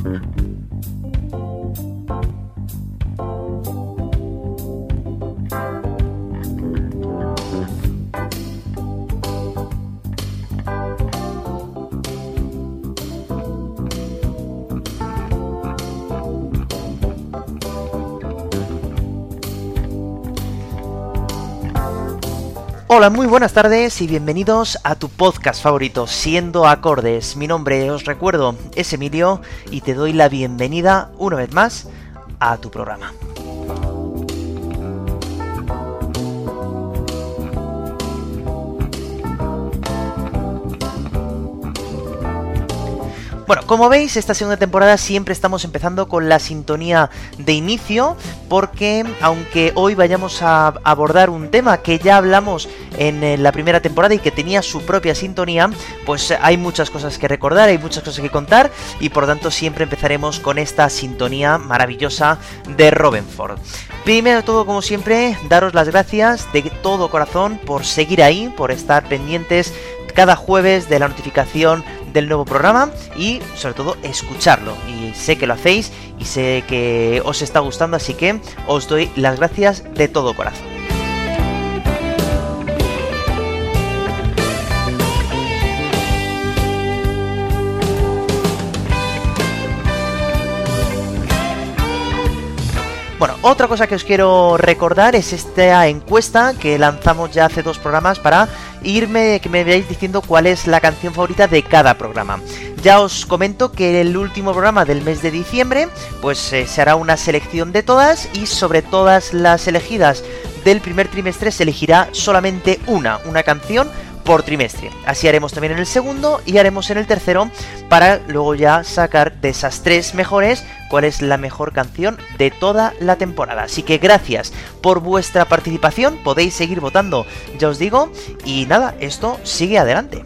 Hola, muy buenas tardes y bienvenidos a tu podcast favorito, Siendo Acordes. Mi nombre, os recuerdo, es Emilio y te doy la bienvenida una vez más a tu programa. Bueno, como veis, esta segunda temporada siempre estamos empezando con la sintonía de inicio, porque aunque hoy vayamos a abordar un tema que ya hablamos en la primera temporada y que tenía su propia sintonía, pues hay muchas cosas que recordar, hay muchas cosas que contar y por tanto siempre empezaremos con esta sintonía maravillosa de Robben Ford. Primero de todo, como siempre, daros las gracias de todo corazón por seguir ahí, por estar pendientes cada jueves de la notificación del nuevo programa y sobre todo escucharlo, y sé que lo hacéis y sé que os está gustando, así que os doy las gracias de todo corazón. Bueno, otra cosa que os quiero recordar es esta encuesta que lanzamos ya hace 2 programas para que me vayáis diciendo cuál es la canción favorita de cada programa. Ya os comento que el último programa del mes de diciembre pues se hará una selección de todas, y sobre todas las elegidas del primer trimestre se elegirá solamente una canción por trimestre. Así haremos también en el segundo y haremos en el tercero, para luego ya sacar de esas 3 mejores cuál es la mejor canción de toda la temporada. Así que gracias por vuestra participación, podéis seguir votando, ya os digo, y nada, esto sigue adelante.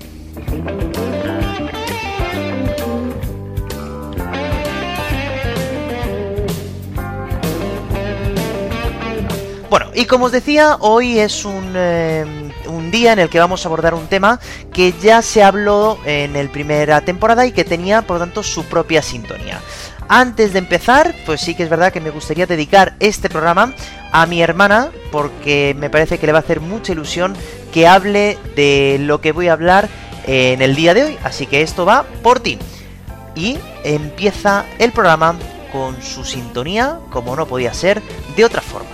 Bueno, y como os decía, hoy es un día en el que vamos a abordar un tema que ya se habló en la primera temporada y que tenía, por lo tanto, su propia sintonía. Antes de empezar, pues sí que es verdad que me gustaría dedicar este programa a mi hermana, porque me parece que le va a hacer mucha ilusión que hable de lo que voy a hablar en el día de hoy, así que esto va por ti. Y empieza el programa con su sintonía, como no podía ser de otra forma.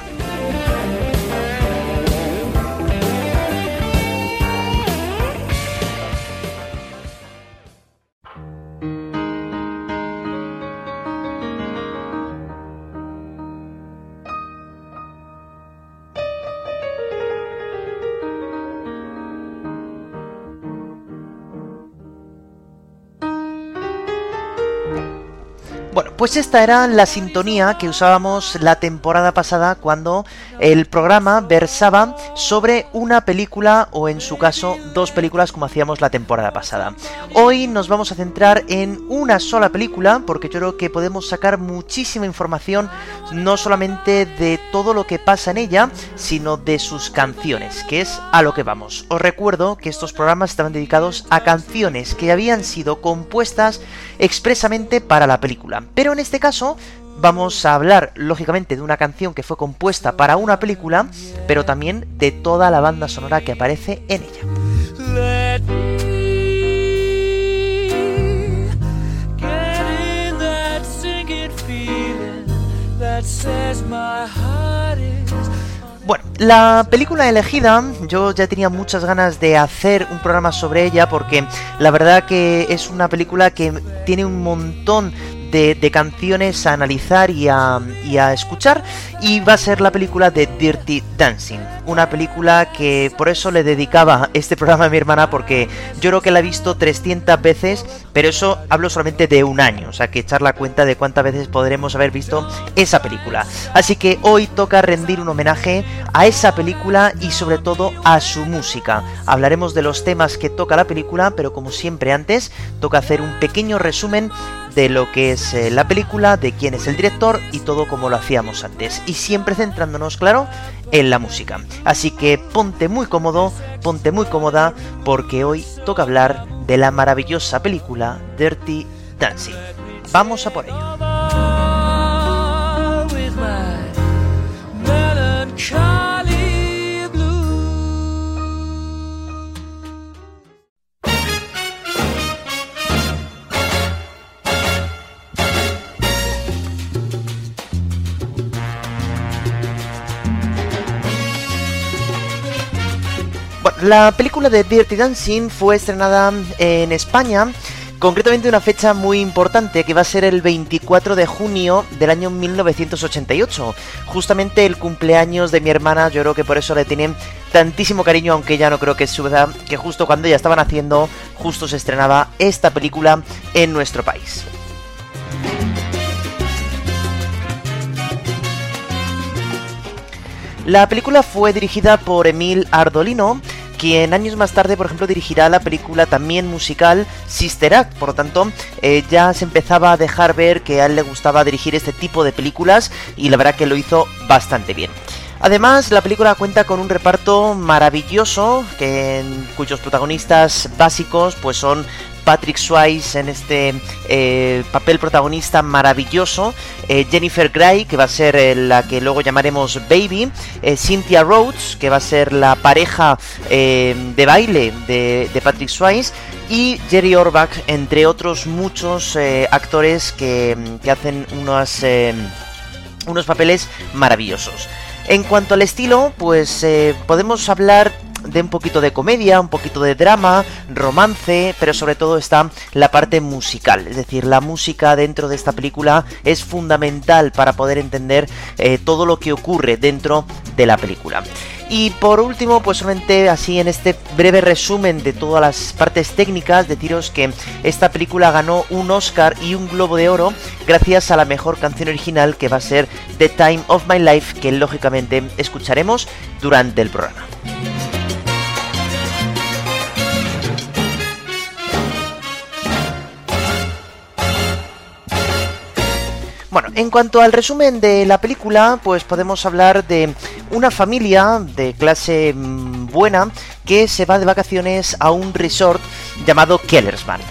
Bueno, pues esta era la sintonía que usábamos la temporada pasada cuando el programa versaba sobre una película, o en su caso 2 películas, como hacíamos la temporada pasada. Hoy nos vamos a centrar en una sola película, porque yo creo que podemos sacar muchísima información, no solamente de todo lo que pasa en ella, sino de sus canciones, que es a lo que vamos. Os recuerdo que estos programas estaban dedicados a canciones que habían sido compuestas expresamente para la película. Pero en este caso vamos a hablar, lógicamente, de una canción que fue compuesta para una película, pero también de toda la banda sonora que aparece en ella. Bueno, la película elegida, yo ya tenía muchas ganas de hacer un programa sobre ella, porque la verdad que es una película que tiene un montón de canciones a analizar y a escuchar, y va a ser la película de Dirty Dancing, una película que por eso le dedicaba este programa a mi hermana, porque yo creo que la he visto 300 veces, pero eso hablo solamente de un año, o sea que echar la cuenta de cuántas veces podremos haber visto esa película. Así que hoy toca rendir un homenaje a esa película y sobre todo a su música. Hablaremos de los temas que toca la película, pero como siempre antes toca hacer un pequeño resumen de lo que es la película, de quién es el director y todo como lo hacíamos antes, y siempre centrándonos, claro, en la música. Así que ponte muy cómodo, ponte muy cómoda, porque hoy toca hablar de la maravillosa película Dirty Dancing. vamos a por ello. La película de Dirty Dancing fue estrenada en España, concretamente una fecha muy importante que va a ser el 24 de junio del año 1988, justamente el cumpleaños de mi hermana. Yo creo que por eso le tienen tantísimo cariño, aunque ya no creo que suceda, que justo cuando ella estaba naciendo, justo se estrenaba esta película en nuestro país. La película fue dirigida por Emil Ardolino, quien años más tarde, por ejemplo, dirigirá la película también musical Sister Act. Por lo tanto, ya se empezaba a dejar ver que a él le gustaba dirigir este tipo de películas y la verdad que lo hizo bastante bien. Además, la película cuenta con un reparto maravilloso, cuyos protagonistas básicos pues son Patrick Swayze en este papel protagonista maravilloso, Jennifer Grey, que va a ser la que luego llamaremos Baby, Cynthia Rhodes, que va a ser la pareja de baile de Patrick Swayze, y Jerry Orbach, entre otros muchos actores que hacen unos papeles maravillosos. En cuanto al estilo, pues podemos hablar de un poquito de comedia, un poquito de drama, romance, pero sobre todo está la parte musical. Es decir, la música dentro de esta película es fundamental para poder entender todo lo que ocurre dentro de la película. Y por último, pues solamente así en este breve resumen de todas las partes técnicas, deciros que esta película ganó un Oscar y un Globo de Oro gracias a la mejor canción original, que va a ser The Time of My Life, que lógicamente escucharemos durante el programa. Bueno, en cuanto al resumen de la película, pues podemos hablar de una familia de clase buena que se va de vacaciones a un resort llamado Kellersman.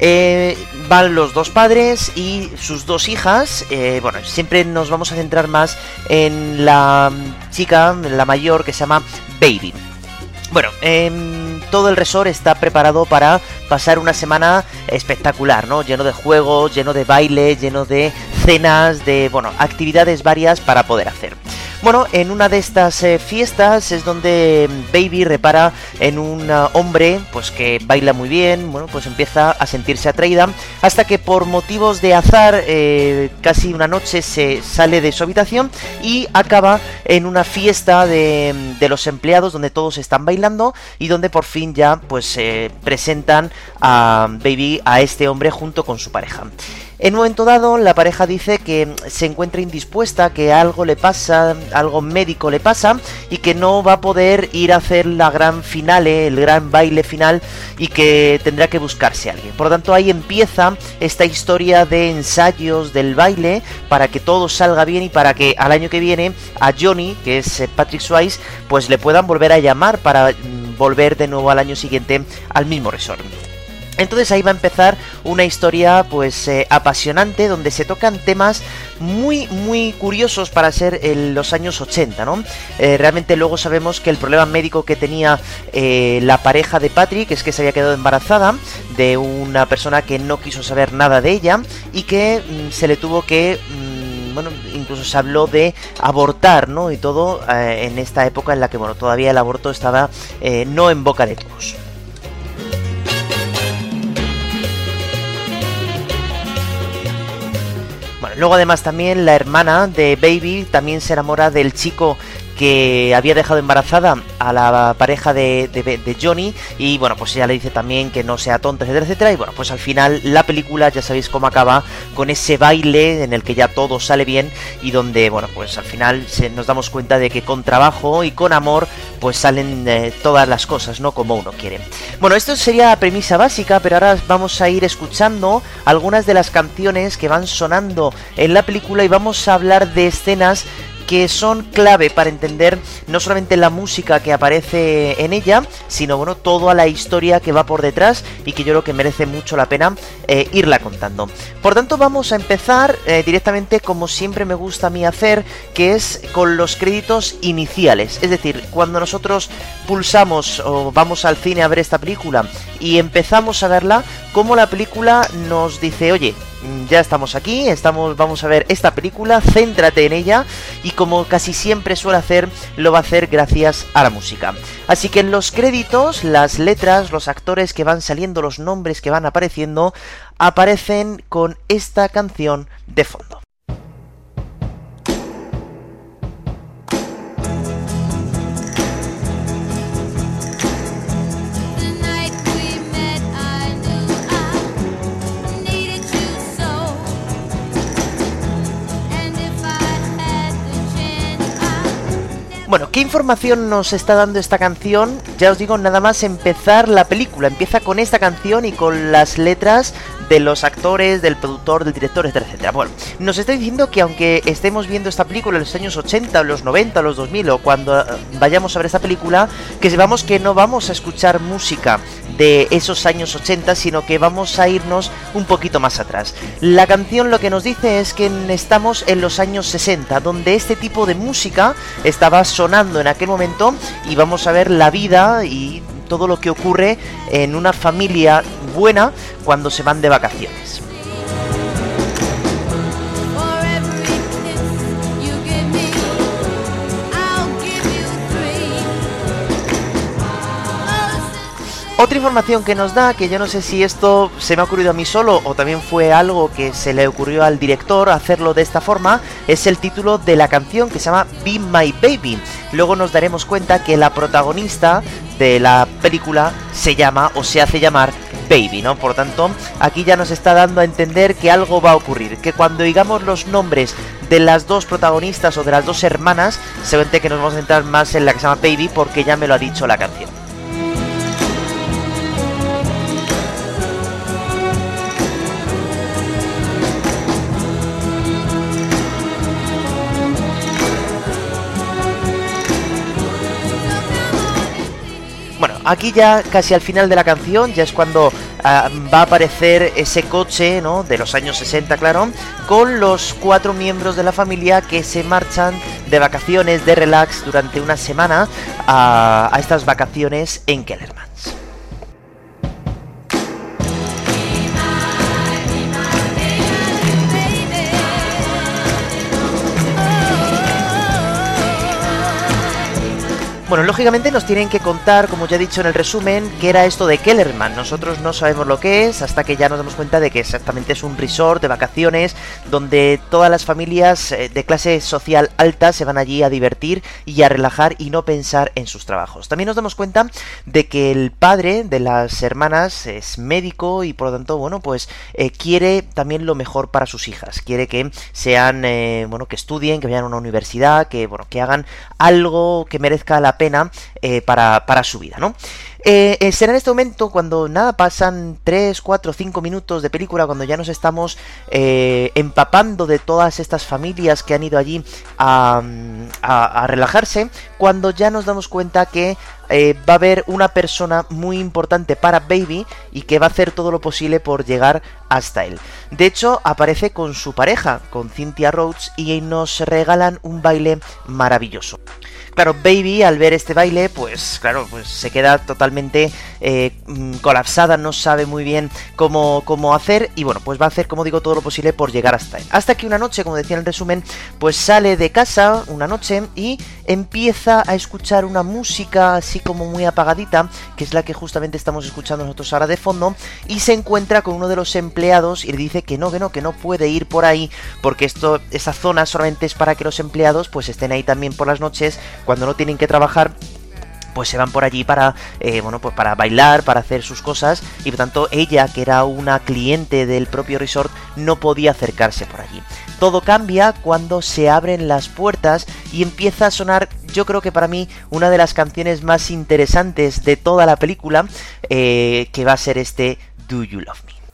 Van los dos padres y sus dos hijas. Bueno, siempre nos vamos a centrar más en la chica, la mayor, que se llama Baby. Bueno, todo el resort está preparado para pasar una semana espectacular, ¿no? Lleno de juegos, lleno de baile, lleno de cenas, de, bueno, actividades varias para poder hacer. Bueno, en una de estas fiestas es donde Baby repara en un hombre pues que baila muy bien. Bueno, pues empieza a sentirse atraída hasta que por motivos de azar casi una noche se sale de su habitación y acaba en una fiesta de los empleados donde todos están bailando y donde por fin ya pues presentan a Baby a este hombre junto con su pareja. En un momento dado, la pareja dice que se encuentra indispuesta, que algo le pasa, algo médico le pasa, y que no va a poder ir a hacer la gran finale, el gran baile final, y que tendrá que buscarse a alguien. Por lo tanto, ahí empieza esta historia de ensayos del baile para que todo salga bien y para que al año que viene a Johnny, que es Patrick Swayze, pues le puedan volver a llamar para volver de nuevo al año siguiente al mismo resort. Entonces ahí va a empezar una historia pues apasionante, donde se tocan temas muy muy curiosos para ser los años 80, ¿no? Realmente luego sabemos que el problema médico que tenía la pareja de Patrick es que se había quedado embarazada de una persona que no quiso saber nada de ella y que se le tuvo que... bueno, incluso se habló de abortar, ¿no? Y todo en esta época en la que, bueno, todavía el aborto estaba no en boca de todos. Bueno, luego además también la hermana de Baby también se enamora del chico que había dejado embarazada a la pareja de Johnny, y bueno, pues ella le dice también que no sea tonta, etcétera, etcétera. Y bueno, pues al final la película ya sabéis cómo acaba, con ese baile en el que ya todo sale bien y donde, bueno, pues al final nos damos cuenta de que con trabajo y con amor pues salen todas las cosas, ¿no? Como uno quiere. Bueno, esto sería la premisa básica, pero ahora vamos a ir escuchando algunas de las canciones que van sonando en la película y vamos a hablar de escenas que son clave para entender no solamente la música que aparece en ella, sino bueno, toda la historia que va por detrás y que yo creo que merece mucho la pena irla contando. Por tanto, vamos a empezar directamente como siempre me gusta a mí hacer, que es con los créditos iniciales. Es decir, cuando nosotros pulsamos o vamos al cine a ver esta película y empezamos a verla, como la película nos dice, oye, ya estamos aquí, vamos a ver esta película, céntrate en ella, y como casi siempre suele hacer, lo va a hacer gracias a la música. Así que en los créditos, las letras, los actores que van saliendo, los nombres que van apareciendo, aparecen con esta canción de fondo. Bueno, ¿qué información nos está dando esta canción? Ya os digo, nada más empezar la película. Empieza con esta canción y con las letras de los actores, del productor, del director, etcétera, etcétera. Bueno, nos está diciendo que aunque estemos viendo esta película en los años 80, los 90, los 2000 o cuando vayamos a ver esta película, que sepamos que no vamos a escuchar música de esos años 80, sino que vamos a irnos un poquito más atrás. La canción lo que nos dice es que estamos en los años 60, donde este tipo de música estaba sonando en aquel momento, y vamos a ver la vida y todo lo que ocurre en una familia buena cuando se van de vacaciones. Otra información que nos da, que yo no sé si esto se me ha ocurrido a mí solo o también fue algo que se le ocurrió al director hacerlo de esta forma, es el título de la canción, que se llama Be My Baby. Luego nos daremos cuenta que la protagonista de la película se llama o se hace llamar Baby, ¿no? Por tanto, aquí ya nos está dando a entender que algo va a ocurrir, que cuando digamos los nombres de las dos protagonistas o de las dos hermanas, seguramente que nos vamos a centrar más en la que se llama Baby, porque ya me lo ha dicho la canción. Aquí ya casi al final de la canción, ya es cuando va a aparecer ese coche, ¿no?, de los años 60, claro, con los 4 miembros de la familia que se marchan de vacaciones, de relax, durante una semana a estas vacaciones en Kellerman. Bueno, lógicamente nos tienen que contar, como ya he dicho en el resumen, qué era esto de Kellerman. Nosotros no sabemos lo que es hasta que ya nos damos cuenta de que exactamente es un resort de vacaciones donde todas las familias de clase social alta se van allí a divertir y a relajar y no pensar en sus trabajos. También nos damos cuenta de que el padre de las hermanas es médico y por lo tanto, bueno, pues quiere también lo mejor para sus hijas. Quiere que sean, bueno, que estudien, que vayan a una universidad, que, bueno, que hagan algo que merezca la pena para su vida, ¿no? Será en este momento cuando nada pasan 3, 4, 5 minutos de película, cuando ya nos estamos empapando de todas estas familias que han ido allí a relajarse, cuando ya nos damos cuenta que va a haber una persona muy importante para Baby y que va a hacer todo lo posible por llegar hasta él. De hecho, aparece con su pareja, con Cynthia Rhodes, y nos regalan un baile maravilloso. Claro, Baby al ver este baile, pues claro, pues se queda totalmente colapsada, no sabe muy bien cómo hacer, y bueno, pues va a hacer, como digo, todo lo posible por llegar hasta él. Hasta que una noche, como decía en el resumen, pues sale de casa una noche y empieza a escuchar una música así como muy apagadita, que es la que justamente estamos escuchando nosotros ahora de fondo, y se encuentra con uno de los empleados y le dice que no puede ir por ahí, porque esa zona solamente es para que los empleados pues estén ahí también por las noches, cuando no tienen que trabajar, pues se van por allí para, bueno, pues para bailar, para hacer sus cosas, y por tanto ella, que era una cliente del propio resort, no podía acercarse por allí. Todo cambia cuando se abren las puertas y empieza a sonar, yo creo que para mí, una de las canciones más interesantes de toda la película, que va a ser este Do You Love Me.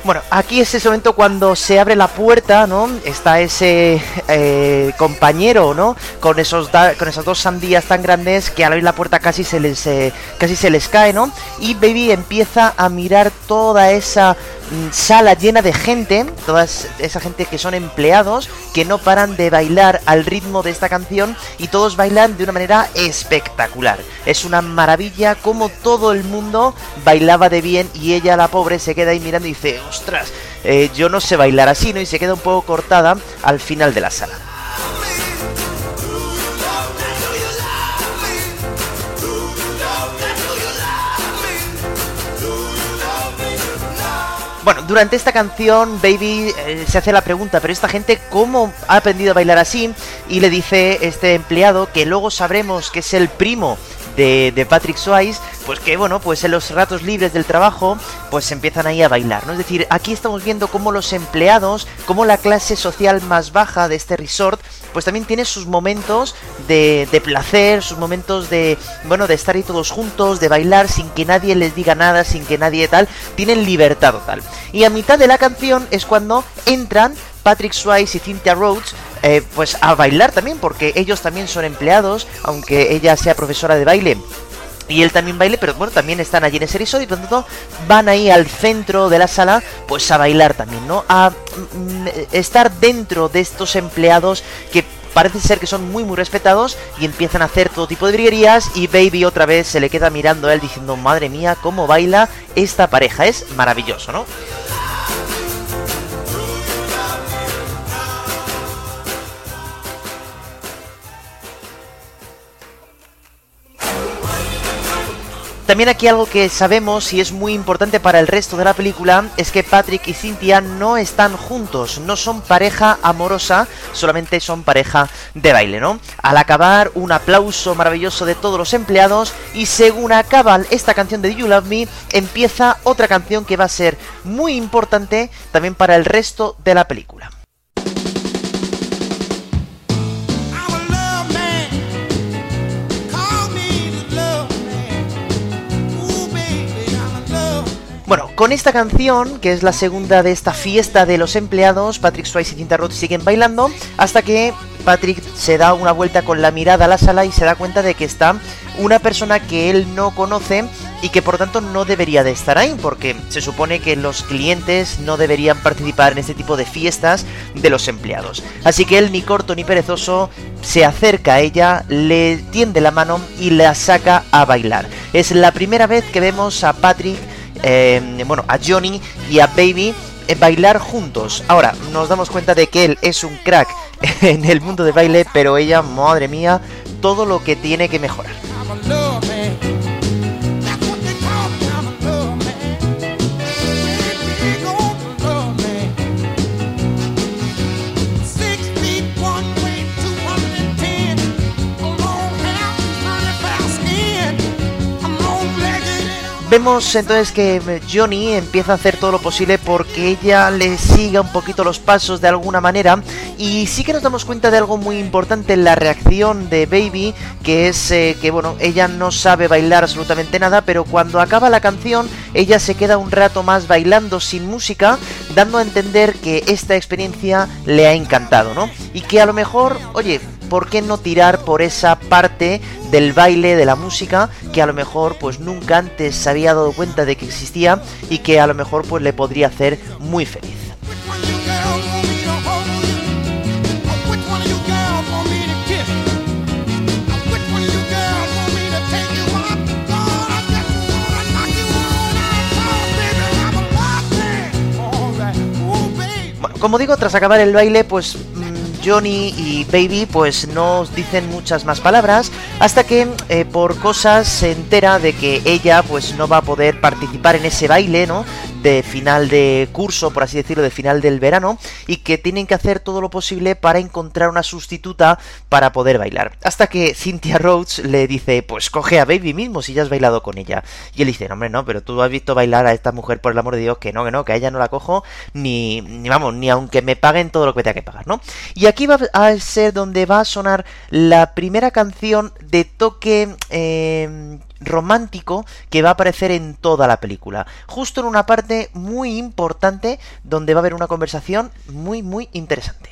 Bueno, aquí es ese momento cuando se abre la puerta, ¿no? Está ese compañero, ¿no? Con esas dos sandías tan grandes que al abrir la puerta casi se les cae, ¿no? Y Baby empieza a mirar toda esa sala llena de gente, toda esa gente que son empleados, que no paran de bailar al ritmo de esta canción y todos bailan de una manera espectacular. Es una maravilla como todo el mundo bailaba de bien y ella, la pobre, se queda ahí mirando y dice, ostras, yo no sé bailar así, ¿no? Y se queda un poco cortada al final de la sala. Bueno, durante esta canción Baby se hace la pregunta, pero esta gente ¿cómo ha aprendido a bailar así? Y le dice este empleado, que luego sabremos que es el primo de Patrick Swayze, pues que bueno, pues en los ratos libres del trabajo pues empiezan ahí a bailar, ¿no? Es decir, aquí estamos viendo cómo los empleados, cómo la clase social más baja de este resort pues también tiene sus momentos de placer, sus momentos de, bueno, de estar ahí todos juntos, de bailar sin que nadie les diga nada, sin que nadie tal, tienen libertad total. Y a mitad de la canción es cuando entran Patrick Swayze y Cynthia Rhodes pues a bailar también, porque ellos también son empleados, aunque ella sea profesora de baile y él también baile, pero bueno, también están allí en ese resort y por lo tanto van ahí al centro de la sala pues a bailar también, ¿no? A estar dentro de estos empleados que parece ser que son muy respetados y empiezan a hacer todo tipo de briguerías y Baby otra vez se le queda mirando a él diciendo, madre mía, cómo baila esta pareja, es maravilloso, ¿no? También aquí algo que sabemos y es muy importante para el resto de la película es que Patrick y Cynthia no están juntos, no son pareja amorosa, solamente son pareja de baile, ¿no? Al acabar, un aplauso maravilloso de todos los empleados y según acaba esta canción de You Love Me, empieza otra canción que va a ser muy importante también para el resto de la película. Bueno, con esta canción, que es la segunda de esta fiesta de los empleados, Patrick Swayze y Cynthia Rhodes siguen bailando hasta que Patrick se da una vuelta con la mirada a la sala y se da cuenta de que está una persona que él no conoce y que por tanto no debería de estar ahí, porque se supone que los clientes no deberían participar en este tipo de fiestas de los empleados. Así que él, ni corto ni perezoso, se acerca a ella, le tiende la mano y la saca a bailar. Es la primera vez que vemos a Patrick, a Johnny y a Baby bailar juntos. Ahora, nos damos cuenta de que él es un crack en el mundo de baile, pero ella, madre mía, todo lo que tiene que mejorar. Vemos entonces que Johnny empieza a hacer todo lo posible porque ella le siga un poquito los pasos de alguna manera y sí que nos damos cuenta de algo muy importante en la reacción de Baby, que es que bueno, ella no sabe bailar absolutamente nada, pero cuando acaba la canción ella se queda un rato más bailando sin música, dando a entender que esta experiencia le ha encantado, ¿no? Y que a lo mejor, oye, ¿por qué no tirar por esa parte del baile, de la música, que a lo mejor pues nunca antes se había dado cuenta de que existía y que a lo mejor pues le podría hacer muy feliz? Bueno, como digo, tras acabar el baile, pues Johnny y Baby pues no dicen muchas más palabras hasta que por cosas se entera de que ella pues no va a poder participar en ese baile, ¿no?, de final de curso, por así decirlo, de final del verano, y que tienen que hacer todo lo posible para encontrar una sustituta para poder bailar. Hasta que Cynthia Rhodes le dice, pues coge a Baby mismo si ya has bailado con ella. Y él dice, no, hombre, no, pero tú has visto bailar a esta mujer, por el amor de Dios, que no, que a ella no la cojo ni aunque me paguen todo lo que me tenga que pagar, ¿no? Y aquí va a ser donde va a sonar la primera canción de toque romántico que va a aparecer en toda la película, justo en una parte muy importante donde va a haber una conversación muy muy interesante.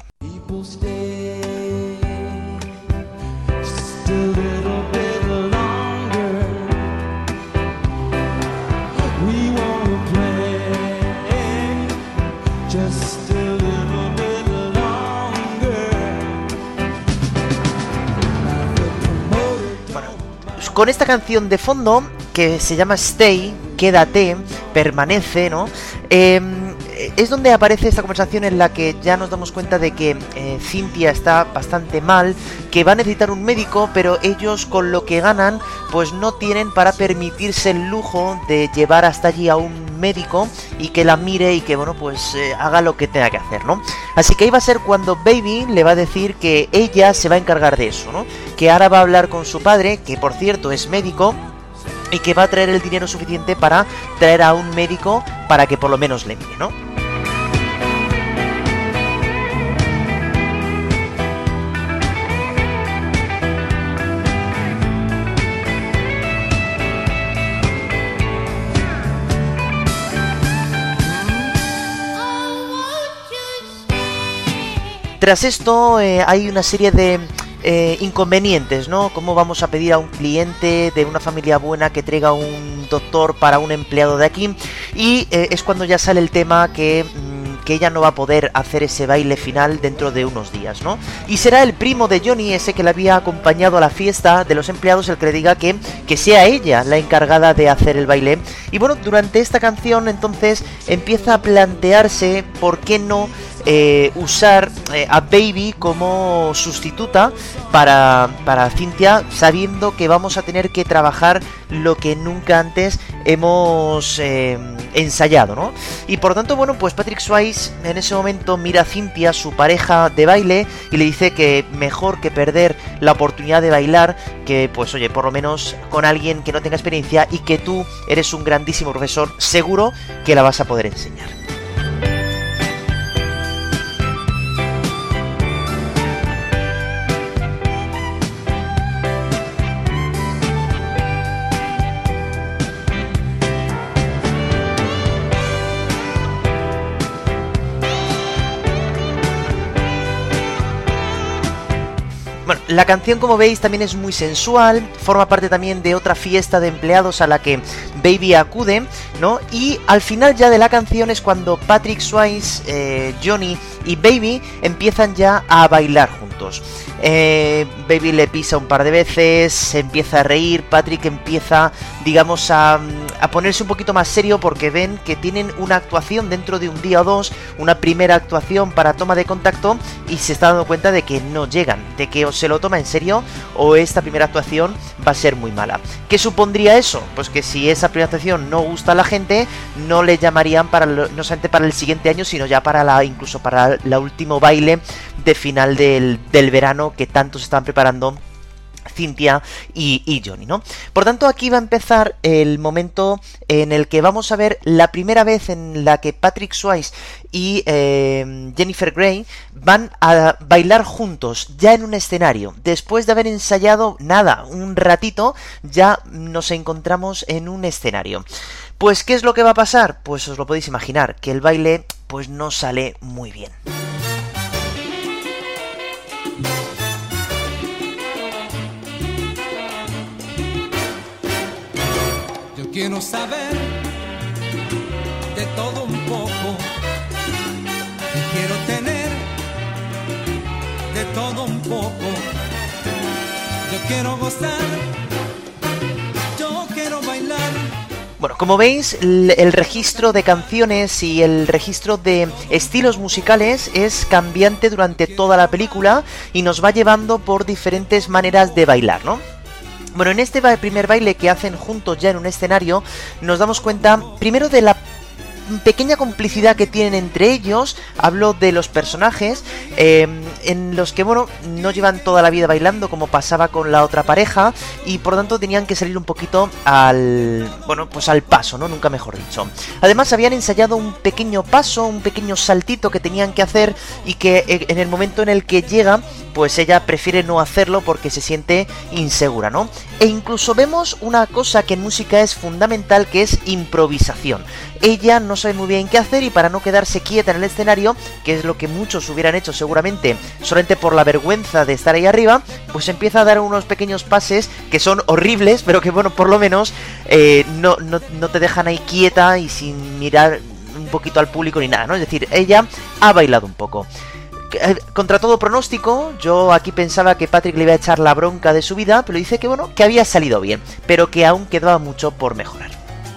Con esta canción de fondo, que se llama Stay, quédate, permanece, ¿no? Es donde aparece esta conversación en la que ya nos damos cuenta de que Cynthia está bastante mal, que va a necesitar un médico, pero ellos con lo que ganan, pues no tienen para permitirse el lujo de llevar hasta allí a un médico y que la mire y que, bueno, pues haga lo que tenga que hacer, ¿no? Así que ahí va a ser cuando Baby le va a decir que ella se va a encargar de eso, ¿no? Que ahora va a hablar con su padre, que por cierto es médico, y que va a traer el dinero suficiente para traer a un médico para que por lo menos le mire, ¿no? Tras esto hay una serie de inconvenientes, ¿no? ¿Cómo vamos a pedir a un cliente de una familia buena que traiga un doctor para un empleado de aquí? Y es cuando ya sale el tema que ella no va a poder hacer ese baile final dentro de unos días, ¿no? Y será el primo de Johnny, ese que le había acompañado a la fiesta de los empleados, el que le diga que sea ella la encargada de hacer el baile. Y bueno, durante esta canción entonces empieza a plantearse por qué no usar a Baby como sustituta para Cynthia, sabiendo que vamos a tener que trabajar lo que nunca antes hemos ensayado, ¿no? Y por tanto, bueno, pues Patrick Swayze en ese momento mira a Cynthia, su pareja de baile, y le dice que mejor que perder la oportunidad de bailar, que pues oye, por lo menos con alguien que no tenga experiencia y que tú eres un grandísimo profesor, seguro que la vas a poder enseñar. Bueno, la canción, como veis, también es muy sensual, forma parte también de otra fiesta de empleados a la que Baby acude, ¿no? Y al final ya de la canción es cuando Patrick Swayze, Johnny y Baby empiezan ya a bailar juntos. Baby le pisa un par de veces, se empieza a reír, Patrick empieza, digamos, a ponerse un poquito más serio porque ven que tienen una actuación dentro de un día o dos, una primera actuación para toma de contacto, y se está dando cuenta de que no llegan, de que o se lo toma en serio o esta primera actuación va a ser muy mala. ¿Qué supondría eso? Pues que si esa primera actuación no gusta a la gente, no le llamarían no solamente para el siguiente año, sino ya incluso para el último baile de final del verano que tanto se están preparando Cynthia y Johnny, ¿no? Por tanto, aquí va a empezar el momento en el que vamos a ver la primera vez en la que Patrick Swayze y Jennifer Grey van a bailar juntos, ya en un escenario. Después de haber ensayado, un ratito, ya nos encontramos en un escenario. Pues, ¿qué es lo que va a pasar? Pues os lo podéis imaginar, que el baile pues no sale muy bien. Quiero saber de todo un poco y quiero tener de todo un poco. Yo quiero gozar, yo quiero bailar. Bueno, como veis, el registro de canciones y el registro de estilos musicales es cambiante durante toda la película y nos va llevando por diferentes maneras de bailar, ¿no? Bueno, en este primer baile que hacen juntos ya en un escenario, nos damos cuenta primero de la pequeña complicidad que tienen entre ellos. Hablo de los personajes, en los que, bueno, no llevan toda la vida bailando como pasaba con la otra pareja, y por lo tanto tenían que salir un poquito al paso, ¿no? Nunca mejor dicho. Además habían ensayado un pequeño paso, un pequeño saltito que tenían que hacer, y que en el momento en el que llega, pues ella prefiere no hacerlo porque se siente insegura, ¿no? E incluso vemos una cosa que en música es fundamental, que es improvisación. Ella no sabe muy bien qué hacer, y para no quedarse quieta en el escenario, que es lo que muchos hubieran hecho seguramente, solamente por la vergüenza de estar ahí arriba, pues empieza a dar unos pequeños pases que son horribles, pero que, bueno, por lo menos no te dejan ahí quieta y sin mirar un poquito al público ni nada, ¿no? Es decir, ella ha bailado un poco. Contra todo pronóstico, yo aquí pensaba que Patrick le iba a echar la bronca de su vida, pero dice que, bueno, que había salido bien, pero que aún quedaba mucho por mejorar.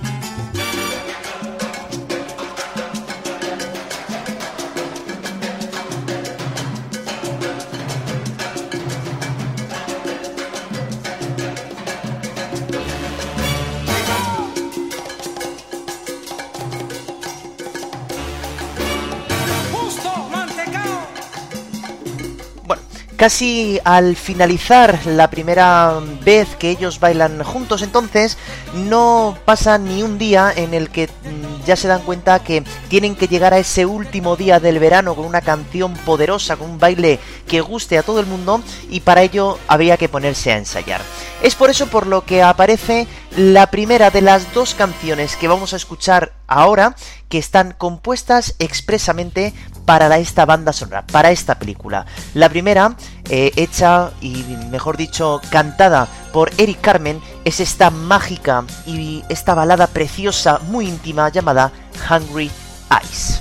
Casi al finalizar la primera vez que ellos bailan juntos, entonces no pasa ni un día en el que ya se dan cuenta que tienen que llegar a ese último día del verano con una canción poderosa, con un baile que guste a todo el mundo, y para ello había que ponerse a ensayar. Es por eso por lo que aparece la primera de las dos canciones que vamos a escuchar ahora, que están compuestas expresamente para esta banda sonora, para esta película. La primera, hecha y mejor dicho cantada por Eric Carmen, es esta mágica y esta balada preciosa, muy íntima, llamada Hungry Eyes.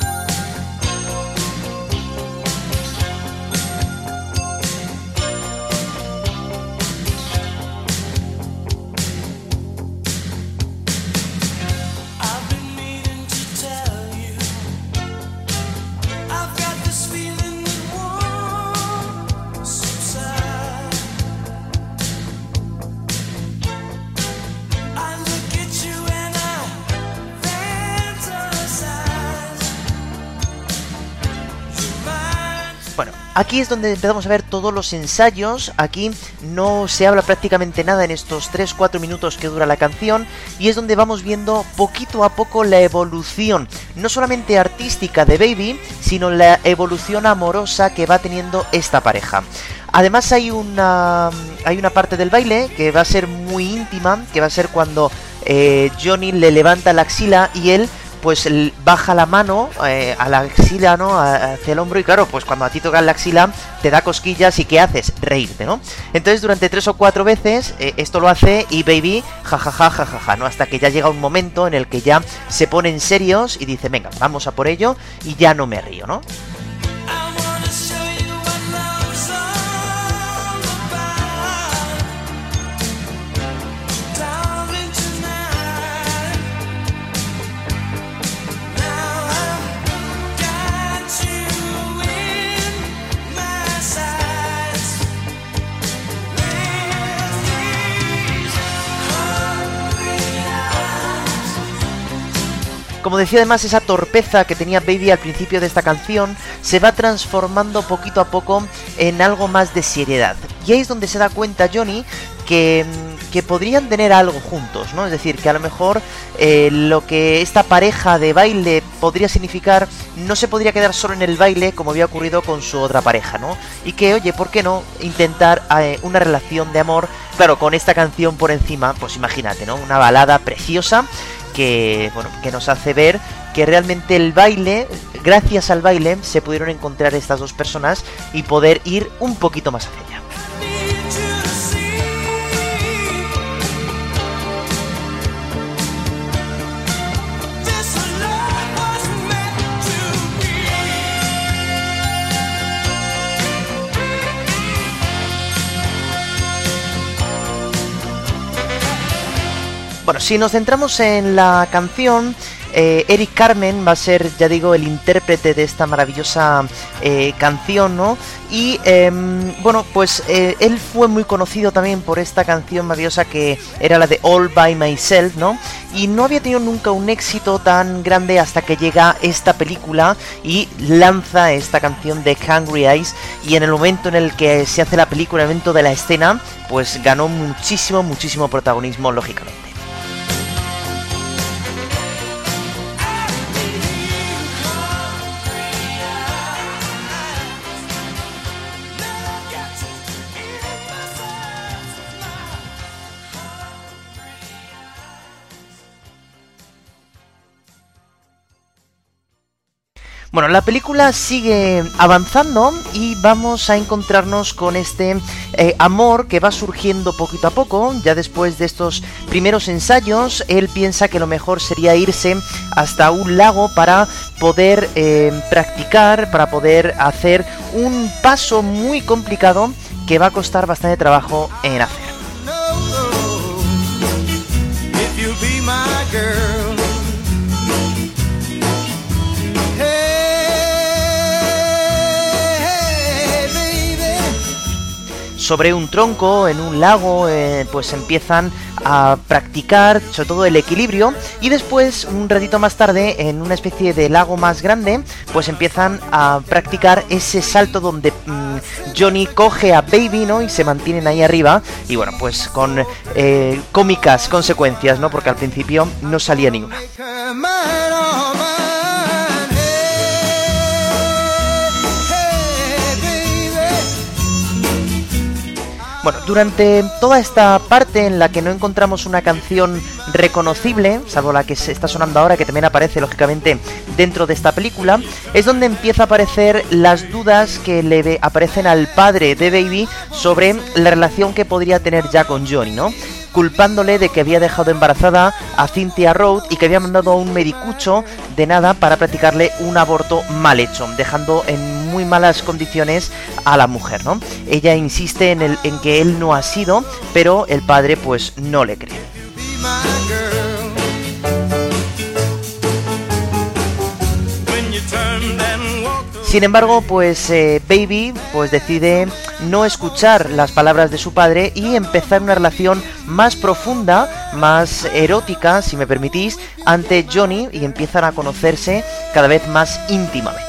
Aquí es donde empezamos a ver todos los ensayos. Aquí no se habla prácticamente nada en estos 3-4 minutos que dura la canción, y es donde vamos viendo poquito a poco la evolución, no solamente artística de Baby, sino la evolución amorosa que va teniendo esta pareja. Además hay una parte del baile que va a ser muy íntima, que va a ser cuando Johnny le levanta la axila y él pues baja la mano a la axila, ¿no? Hacia el hombro, y claro, pues cuando a ti tocas la axila te da cosquillas, y ¿qué haces? Reírte, ¿no? Entonces durante 3 o 4 veces esto lo hace, y Baby jajaja, ¿no? Hasta que ya llega un momento en el que ya se ponen serios y dice, venga, vamos a por ello, y ya no me río, ¿no? Como decía, además, esa torpeza que tenía Baby al principio de esta canción se va transformando poquito a poco en algo más de seriedad. Y ahí es donde se da cuenta Johnny que podrían tener algo juntos, ¿no? Es decir, que a lo mejor lo que esta pareja de baile podría significar no se podría quedar solo en el baile como había ocurrido con su otra pareja, ¿no? Y que, oye, ¿por qué no intentar una relación de amor? Claro, con esta canción por encima, pues imagínate, ¿no? Una balada preciosa que, bueno, que nos hace ver que realmente el baile, gracias al baile, se pudieron encontrar estas dos personas y poder ir un poquito más hacia allá. Bueno, si nos centramos en la canción, Eric Carmen va a ser, ya digo, el intérprete de esta maravillosa canción, ¿no? Y bueno, pues él fue muy conocido también por esta canción maravillosa que era la de All By Myself, ¿no? Y no había tenido nunca un éxito tan grande hasta que llega esta película y lanza esta canción de Hungry Eyes, y en el momento en el que se hace la película, el momento de la escena, pues ganó muchísimo protagonismo, lógicamente. Bueno, la película sigue avanzando y vamos a encontrarnos con este amor que va surgiendo poquito a poco. Ya después de estos primeros ensayos, él piensa que lo mejor sería irse hasta un lago para poder practicar, para poder hacer un paso muy complicado que va a costar bastante trabajo en hacer. Sobre un tronco, en un lago, pues empiezan a practicar sobre todo el equilibrio, y después, un ratito más tarde, en una especie de lago más grande, pues empiezan a practicar ese salto donde Johnny coge a Baby, ¿no? Y se mantienen ahí arriba, y bueno, pues con cómicas consecuencias, ¿no? Porque al principio no salía ninguna. Bueno, durante toda esta parte en la que no encontramos una canción reconocible, salvo la que se está sonando ahora, que también aparece lógicamente dentro de esta película, es donde empieza a aparecer las dudas que le aparecen al padre de Baby sobre la relación que podría tener ya con Johnny, ¿no? Culpándole de que había dejado embarazada a Cynthia Road y que había mandado a un medicucho de nada para practicarle un aborto mal hecho, dejando en muy malas condiciones a la mujer, ¿no? Ella insiste en que él no ha sido, pero el padre pues no le cree. Sin embargo, pues Baby pues decide no escuchar las palabras de su padre y empezar una relación más profunda, más erótica, si me permitís, ante Johnny, y empiezan a conocerse cada vez más íntimamente.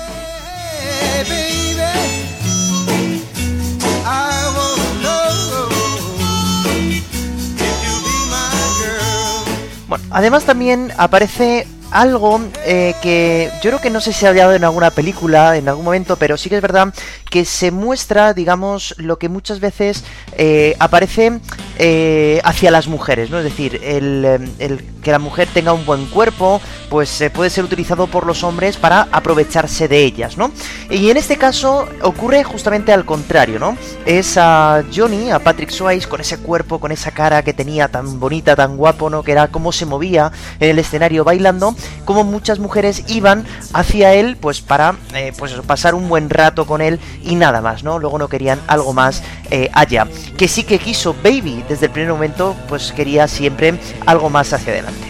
Bueno, además también aparece algo que yo creo que no sé si ha hablado en alguna película en algún momento, pero sí que es verdad que se muestra, digamos, lo que muchas veces aparece hacia las mujeres, ¿no? Es decir, el que la mujer tenga un buen cuerpo, pues puede ser utilizado por los hombres para aprovecharse de ellas, ¿no? Y en este caso ocurre justamente al contrario, ¿no? Es a Johnny, a Patrick Swayze, con ese cuerpo, con esa cara que tenía tan bonita, tan guapo, ¿no? Que era cómo se movía en el escenario bailando, como muchas mujeres iban hacia él, pues para pues pasar un buen rato con él y nada más, ¿no? Luego no querían algo más allá. Que sí que quiso Baby desde el primer momento, pues quería siempre algo más hacia adelante.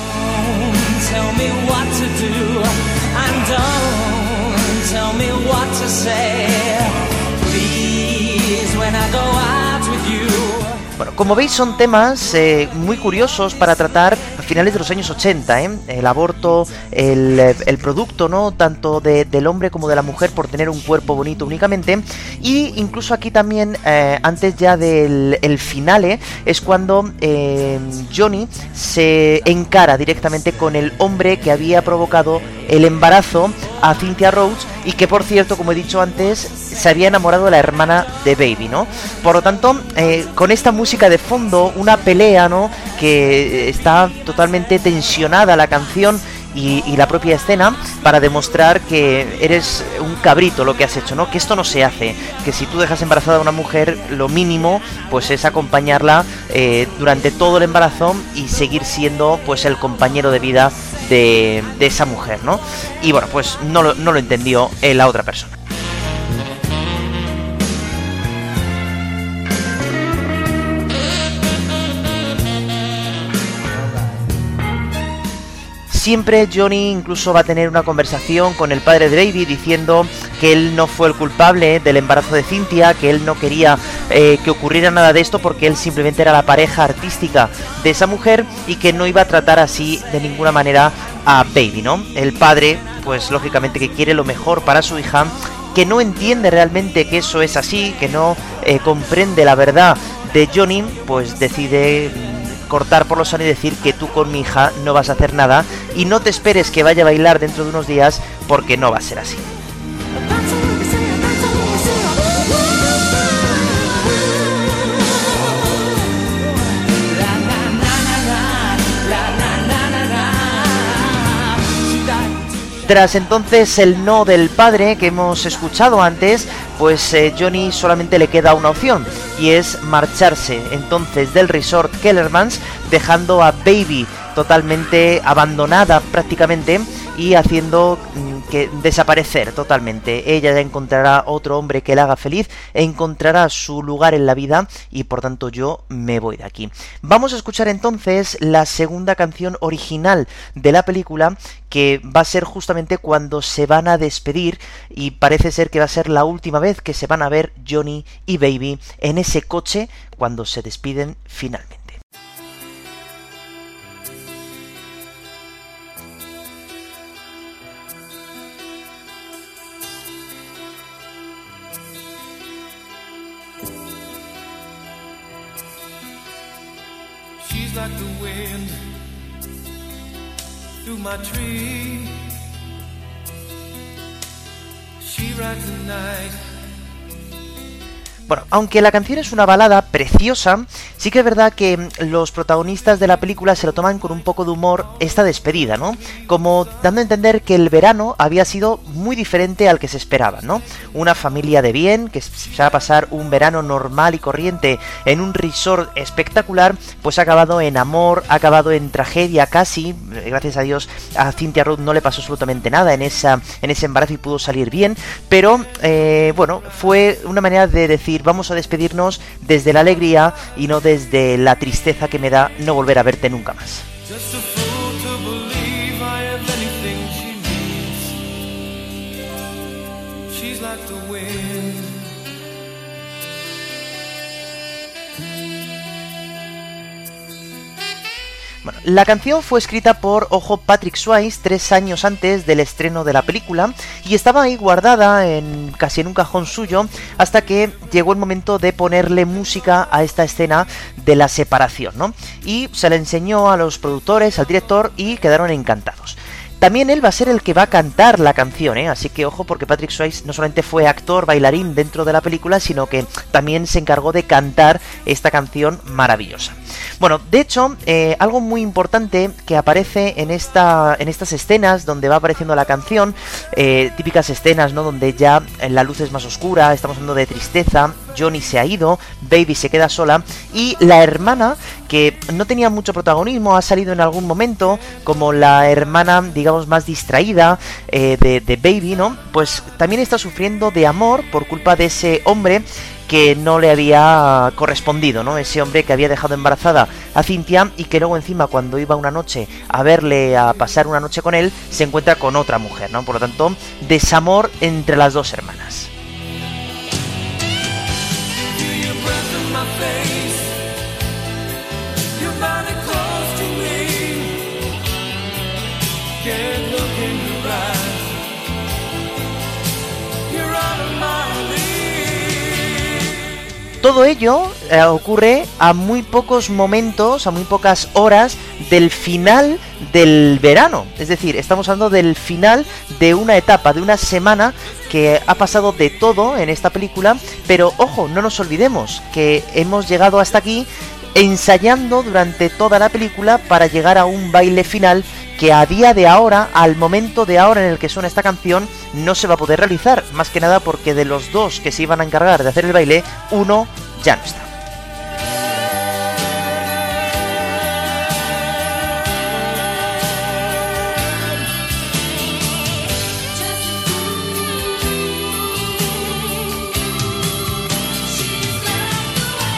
Bueno, como veis son temas muy curiosos para tratar a finales de los años 80, el aborto, el producto, ¿no? Tanto del hombre como de la mujer por tener un cuerpo bonito únicamente, y incluso aquí también, antes ya del finale, es cuando Johnny se encara directamente con el hombre que había provocado el embarazo a Cynthia Rhodes, y que por cierto, como he dicho antes, se había enamorado de la hermana de Baby, ¿no? Por lo tanto, con esta música de fondo, una pelea, ¿no? Que está totalmente tensionada la canción y la propia escena, para demostrar que eres un cabrito lo que has hecho, ¿no? Que esto no se hace, que si tú dejas embarazada a una mujer, lo mínimo pues es acompañarla durante todo el embarazo y seguir siendo pues el compañero de vida de esa mujer, ¿no? Y bueno, pues no lo entendió la otra persona. Siempre Johnny incluso va a tener una conversación con el padre de Baby diciendo que él no fue el culpable del embarazo de Cynthia, que él no quería que ocurriera nada de esto porque él simplemente era la pareja artística de esa mujer y que no iba a tratar así de ninguna manera a Baby, ¿no? El padre, pues lógicamente que quiere lo mejor para su hija, que no entiende realmente que eso es así, que no comprende la verdad de Johnny, pues decide cortar por lo sano y decir que tú con mi hija no vas a hacer nada y no te esperes que vaya a bailar dentro de unos días porque no va a ser así. Tras entonces el no del padre que hemos escuchado antes, pues Johnny solamente le queda una opción y es marcharse entonces del resort Kellermans, dejando a Baby totalmente abandonada prácticamente y haciendo que desaparecer totalmente. Ella ya encontrará otro hombre que la haga feliz, encontrará su lugar en la vida y por tanto yo me voy de aquí. Vamos a escuchar entonces la segunda canción original de la película, que va a ser justamente cuando se van a despedir y parece ser que va a ser la última vez que se van a ver Johnny y Baby en ese coche cuando se despiden finalmente. She's like the wind through my tree. She rides the night. Bueno, aunque la canción es una balada preciosa, sí que es verdad que los protagonistas de la película se lo toman con un poco de humor esta despedida, ¿no? Como dando a entender que el verano había sido muy diferente al que se esperaba, ¿no? Una familia de bien, que se va a pasar un verano normal y corriente en un resort espectacular, pues ha acabado en amor, ha acabado en tragedia casi. Gracias a Dios a Cynthia Roth no le pasó absolutamente nada en ese embarazo y pudo salir bien, pero bueno, fue una manera de decir vamos a despedirnos desde la alegría y no desde la tristeza que me da no volver a verte nunca más. Bueno, la canción fue escrita por, ojo, Patrick Swayze 3 años antes del estreno de la película y estaba ahí guardada casi en un cajón suyo hasta que llegó el momento de ponerle música a esta escena de la separación, ¿no? Y se la enseñó a los productores, al director y quedaron encantados. También él va a ser el que va a cantar la canción, así que ojo, porque Patrick Swayze no solamente fue actor, bailarín dentro de la película, sino que también se encargó de cantar esta canción maravillosa. Bueno, de hecho, algo muy importante que aparece en estas escenas donde va apareciendo la canción, típicas escenas, ¿no? Donde ya la luz es más oscura, estamos hablando de tristeza, Johnny se ha ido, Baby se queda sola y la hermana, que no tenía mucho protagonismo, ha salido en algún momento como la hermana, digamos, más distraída de Baby, ¿no? Pues también está sufriendo de amor por culpa de ese hombre que no le había correspondido, ¿no? Ese hombre que había dejado embarazada a Cynthia y que luego encima cuando iba una noche a verle, a pasar una noche con él, se encuentra con otra mujer, ¿no? Por lo tanto, desamor entre las dos hermanas. Todo ello ocurre a muy pocos momentos, a muy pocas horas del final del verano. Es decir, estamos hablando del final de una etapa, de una semana que ha pasado de todo en esta película. Pero ojo, no nos olvidemos que hemos llegado hasta aquí ensayando durante toda la película para llegar a un baile final que a día de ahora, al momento de ahora en el que suena esta canción, no se va a poder realizar, más que nada porque de los dos que se iban a encargar de hacer el baile, uno ya no está.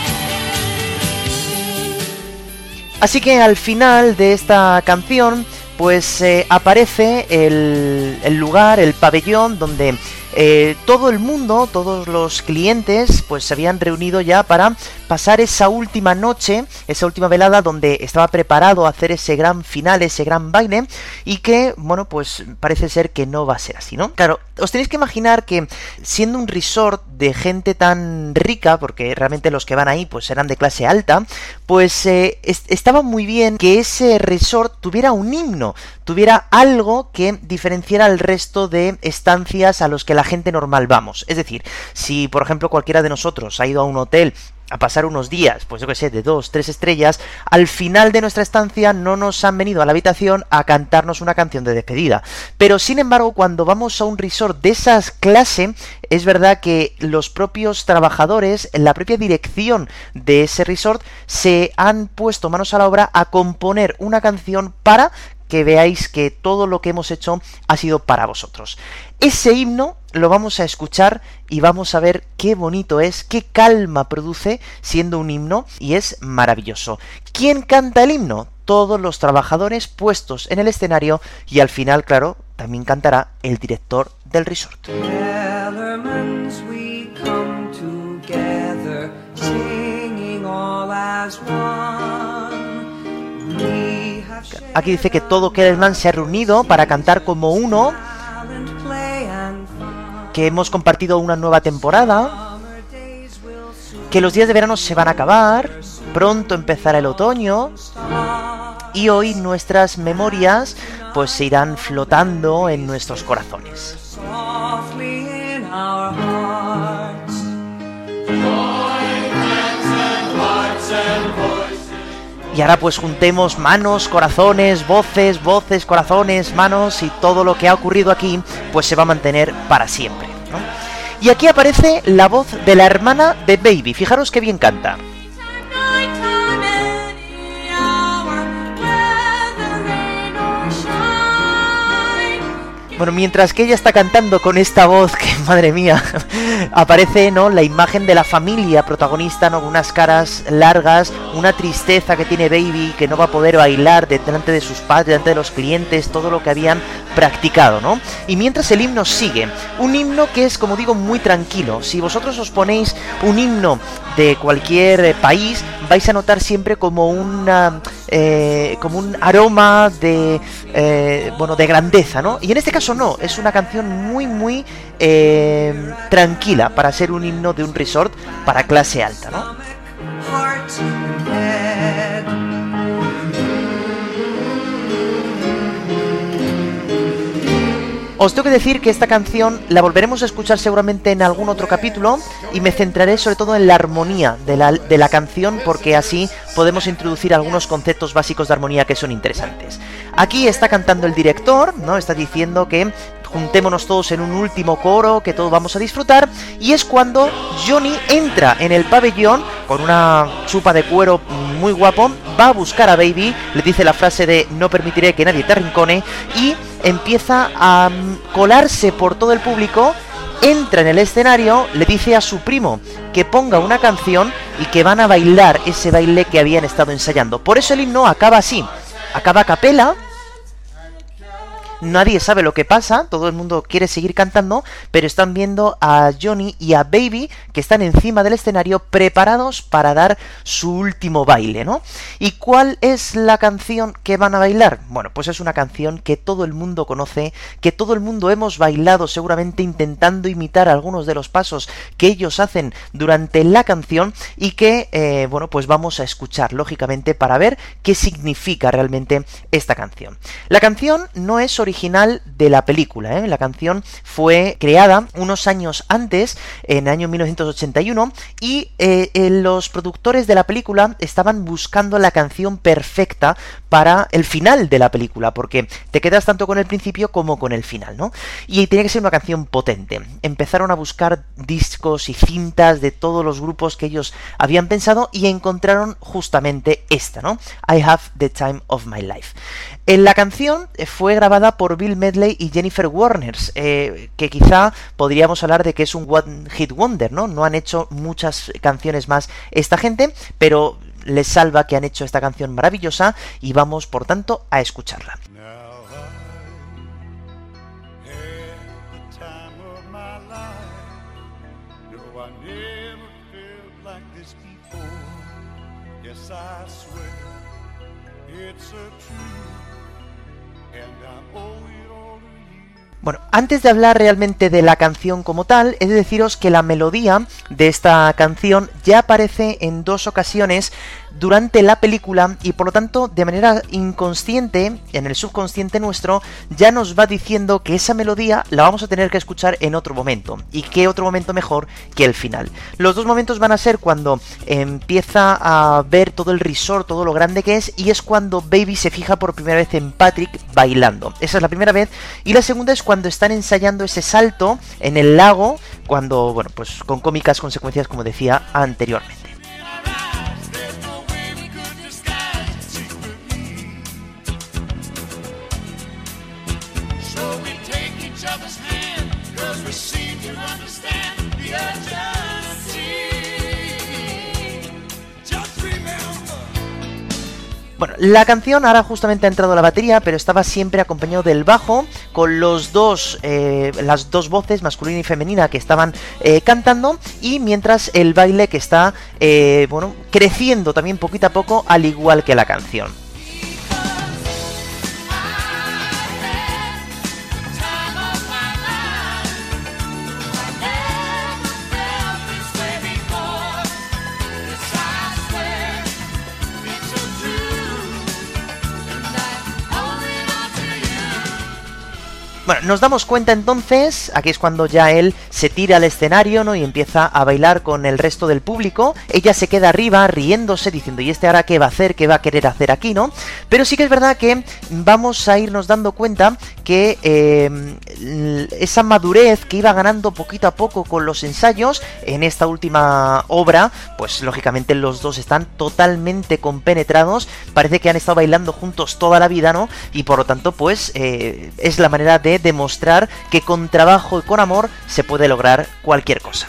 Así que al final de esta canción pues aparece el lugar, el pabellón donde todo el mundo, todos los clientes, pues se habían reunido ya para pasar esa última noche, esa última velada donde estaba preparado a hacer ese gran final, ese gran baile, y que, bueno, pues parece ser que no va a ser así, ¿no? Claro, os tenéis que imaginar que siendo un resort de gente tan rica, porque realmente los que van ahí pues eran de clase alta, pues estaba muy bien que ese resort tuviera un himno, tuviera algo que diferenciara al resto de estancias a los que la gente normal vamos. Es decir, si por ejemplo cualquiera de nosotros ha ido a un hotel a pasar unos días, pues yo que sé, de 2, 3 estrellas, al final de nuestra estancia no nos han venido a la habitación a cantarnos una canción de despedida. Pero sin embargo, cuando vamos a un resort de esas clase, es verdad que los propios trabajadores, la propia dirección de ese resort, se han puesto manos a la obra a componer una canción para que veáis que todo lo que hemos hecho ha sido para vosotros. Ese himno lo vamos a escuchar y vamos a ver qué bonito es, qué calma produce siendo un himno, y es maravilloso. ¿Quién canta el himno? Todos los trabajadores puestos en el escenario, y al final, claro, también cantará el director del resort. Elements we come together, singing all as one. Aquí dice que todo Kellerman se ha reunido para cantar como uno, que hemos compartido una nueva temporada, que los días de verano se van a acabar, pronto empezará el otoño, y hoy nuestras memorias pues se irán flotando en nuestros corazones. Y ahora pues juntemos manos, corazones, voces, corazones, manos, y todo lo que ha ocurrido aquí pues se va a mantener para siempre, ¿no? Y aquí aparece la voz de la hermana de Baby. Fijaros qué bien canta. Bueno, mientras que ella está cantando con esta voz, que madre mía, aparece, ¿no?, la imagen de la familia protagonista, ¿no?, con unas caras largas, una tristeza que tiene Baby, que no va a poder bailar delante de sus padres, delante de los clientes, todo lo que habían practicado, ¿no? Y mientras el himno sigue, un himno que es, como digo, muy tranquilo. Si vosotros os ponéis un himno de cualquier país, vais a notar siempre como una como un aroma de bueno, de grandeza, ¿no? Y en este caso no, es una canción muy tranquila para ser un himno de un resort para clase alta, ¿no? Os tengo que decir que esta canción la volveremos a escuchar seguramente en algún otro capítulo, y me centraré sobre todo en la armonía de la canción, porque así podemos introducir algunos conceptos básicos de armonía que son interesantes. Aquí está cantando el director, ¿no? Está diciendo que juntémonos todos en un último coro, que todos vamos a disfrutar, y es cuando Johnny entra en el pabellón con una chupa de cuero muy guapo, va a buscar a Baby, le dice la frase de no permitiré que nadie te arrincone, y empieza a colarse por todo el público, entra en el escenario, le dice a su primo que ponga una canción y que van a bailar ese baile que habían estado ensayando. Por eso el himno acaba así, acaba a capela. Nadie sabe lo que pasa, todo el mundo quiere seguir cantando, pero están viendo a Johnny y a Baby que están encima del escenario preparados para dar su último baile, ¿no? ¿Y cuál es la canción que van a bailar? Bueno, pues es una canción que todo el mundo conoce, que todo el mundo hemos bailado seguramente intentando imitar algunos de los pasos que ellos hacen durante la canción, y que, bueno, pues vamos a escuchar lógicamente para ver qué significa realmente esta canción. La canción no es original de la película, ¿eh? La canción fue creada unos años antes, en el año 1981, y los productores de la película estaban buscando la canción perfecta para el final de la película, porque te quedas tanto con el principio como con el final, ¿no? Y tenía que ser una canción potente. Empezaron a buscar discos y cintas de todos los grupos que ellos habían pensado y encontraron justamente esta, ¿no? I Have the Time of My Life. La canción fue grabada por Bill Medley y Jennifer Warner, que quizá podríamos hablar de que es un one hit wonder, ¿no? No han hecho muchas canciones más esta gente, pero les salva que han hecho esta canción maravillosa, y vamos por tanto a escucharla. Now Yes, I swear it's a truth, and I owe it all to you. Bueno, antes de hablar realmente de la canción como tal, he de deciros que la melodía de esta canción ya aparece en 2 ocasiones durante la película y por lo tanto de manera inconsciente, en el subconsciente nuestro, ya nos va diciendo que esa melodía la vamos a tener que escuchar en otro momento. ¿Y qué otro momento mejor que el final? Los 2 momentos van a ser cuando empieza a ver todo el resort, todo lo grande que es, y es cuando Baby se fija por primera vez en Patrick bailando. Esa es la primera vez. Y la segunda es cuando están ensayando ese salto en el lago, cuando, bueno, pues con cómicas consecuencias, como decía anteriormente. Bueno, la canción ahora justamente ha entrado la batería, pero estaba siempre acompañado del bajo, con las dos voces, masculina y femenina, que estaban cantando, y mientras el baile que está, bueno, creciendo también poquito a poco, al igual que la canción. Bueno, nos damos cuenta entonces, aquí es cuando ya él se tira al escenario, ¿no? Y empieza a bailar con el resto del público. Ella se queda arriba riéndose, diciendo, ¿y este ahora qué va a hacer? ¿Qué va a querer hacer aquí, no? Pero sí que es verdad que vamos a irnos dando cuenta que esa madurez que iba ganando poquito a poco con los ensayos en esta última obra, pues lógicamente los dos están totalmente compenetrados. Parece que han estado bailando juntos toda la vida, ¿no? Y por lo tanto, pues es la manera de demostrar que con trabajo y con amor se puede lograr cualquier cosa.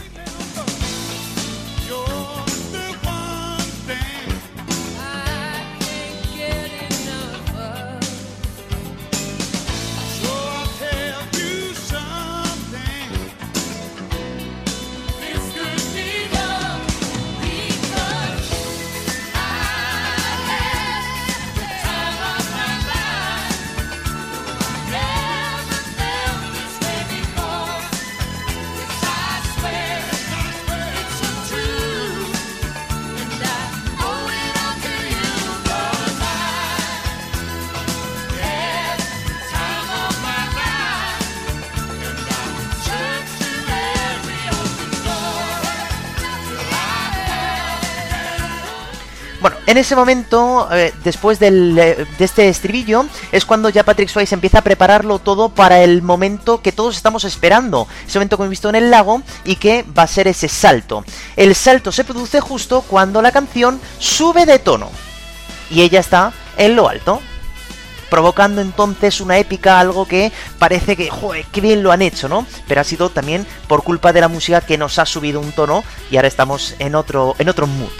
En ese momento, después de este estribillo, es cuando ya Patrick Swayze empieza a prepararlo todo para el momento que todos estamos esperando. Ese momento que hemos visto en el lago y que va a ser ese salto. El salto se produce justo cuando la canción sube de tono. Y ella está en lo alto, provocando entonces una épica, algo que parece que, joder, qué bien lo han hecho, ¿no? Pero ha sido también por culpa de la música que nos ha subido un tono y ahora estamos en otro mood.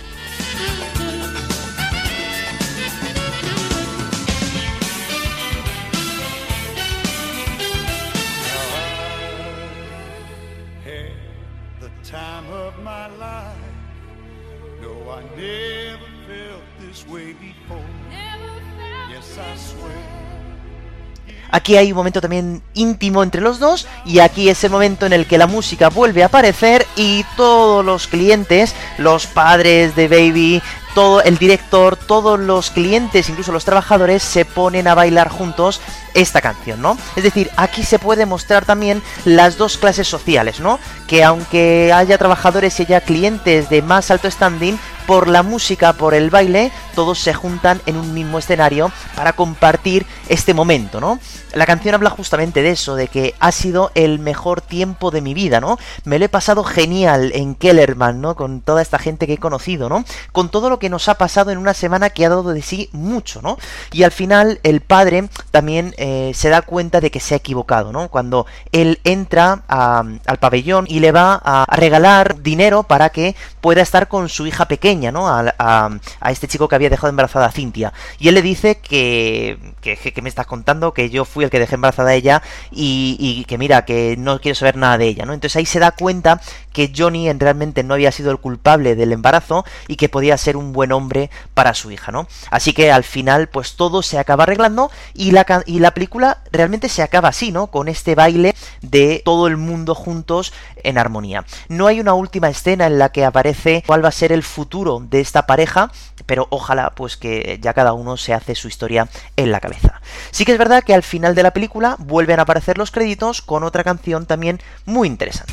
Aquí hay un momento también íntimo entre los dos y aquí es el momento en el que la música vuelve a aparecer y todos los clientes, los padres de Baby, todo el director, todos los clientes, incluso los trabajadores, se ponen a bailar juntos esta canción, ¿no? Es decir, aquí se puede mostrar también las dos clases sociales, ¿no? Que aunque haya trabajadores y haya clientes de más alto standing, por la música, por el baile, todos se juntan en un mismo escenario para compartir este momento, ¿no? La canción habla justamente de eso, de que ha sido el mejor tiempo de mi vida, ¿no? Me lo he pasado genial en Kellerman, ¿no? Con toda esta gente que he conocido, ¿no? Con todo lo que nos ha pasado en una semana que ha dado de sí mucho, ¿no? Y al final el padre también se da cuenta de que se ha equivocado, ¿no? Cuando él entra al pabellón y le va a regalar dinero para que pueda estar con su hija pequeña, pequeña, ¿no? A este chico que había dejado embarazada a Cynthia. Y él le dice que me estás contando, que yo fui el que dejé embarazada a ella y que mira, que no quiero saber nada de ella, ¿no? Entonces ahí se da cuenta que Johnny realmente no había sido el culpable del embarazo y que podía ser un buen hombre para su hija, ¿no? Así que al final pues todo se acaba arreglando y la película realmente se acaba así, ¿no? Con este baile de todo el mundo juntos en armonía. No hay una última escena en la que aparece cuál va a ser el futuro de esta pareja, pero ojalá pues que ya cada uno se hace su historia en la cabeza. Sí que es verdad que al final de la película vuelven a aparecer los créditos con otra canción también muy interesante.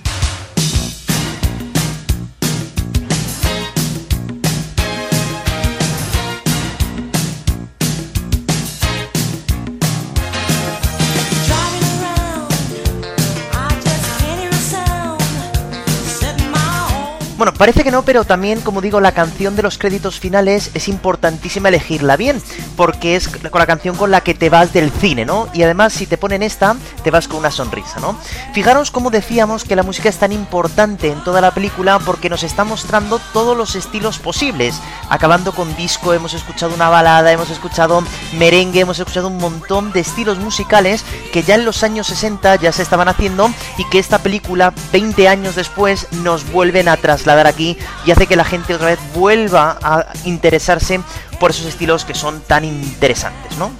Bueno, parece que no, pero también, como digo, la canción de los créditos finales es importantísima elegirla bien, porque es con la canción con la que te vas del cine, ¿no? Y además, si te ponen esta, te vas con una sonrisa, ¿no? Fijaros cómo decíamos que la música es tan importante en toda la película porque nos está mostrando todos los estilos posibles. Acabando con disco, hemos escuchado una balada, hemos escuchado merengue, hemos escuchado un montón de estilos musicales que ya en los años 60 ya se estaban haciendo y que esta película, 20 años después, nos vuelven a trasladar aquí y hace que la gente otra vez vuelva a interesarse por esos estilos que son tan interesantes, ¿no?